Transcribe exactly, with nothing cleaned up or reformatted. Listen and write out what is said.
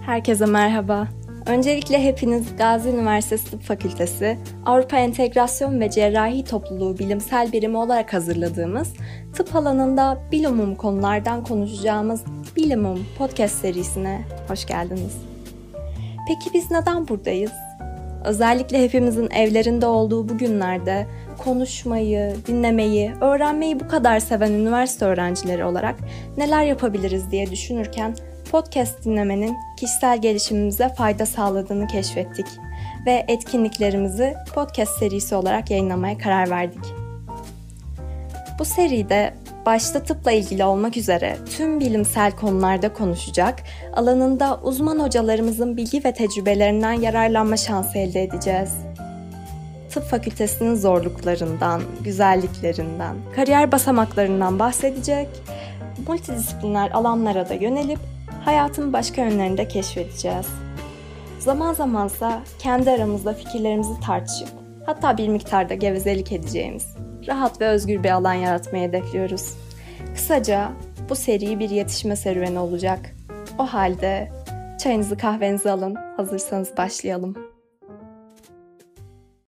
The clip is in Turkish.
Herkese merhaba. Öncelikle hepiniz Gazi Üniversitesi Tıp Fakültesi, Avrupa Entegrasyon ve Cerrahi Topluluğu Bilimsel Birimi olarak hazırladığımız tıp alanında bilumum konulardan konuşacağımız Bilimum podcast serisine hoş geldiniz. Peki biz neden buradayız? Özellikle hepimizin evlerinde olduğu bu günlerde konuşmayı, dinlemeyi, öğrenmeyi bu kadar seven üniversite öğrencileri olarak neler yapabiliriz diye düşünürken podcast dinlemenin kişisel gelişimimize fayda sağladığını keşfettik ve etkinliklerimizi podcast serisi olarak yayınlamaya karar verdik. Bu seride başta tıpla ilgili olmak üzere tüm bilimsel konularda konuşacak, alanında uzman hocalarımızın bilgi ve tecrübelerinden yararlanma şansı elde edeceğiz. Tıp fakültesinin zorluklarından, güzelliklerinden, kariyer basamaklarından bahsedecek, multidisipliner alanlara da yönelip hayatın başka yönlerini de keşfedeceğiz. Zaman zamansa kendi aramızda fikirlerimizi tartışıp, hatta bir miktarda gevezelik edeceğimiz, rahat ve özgür bir alan yaratmayı hedefliyoruz. Kısaca bu seri bir yetişme serüveni olacak. O halde çayınızı kahvenizi alın, hazırsanız başlayalım.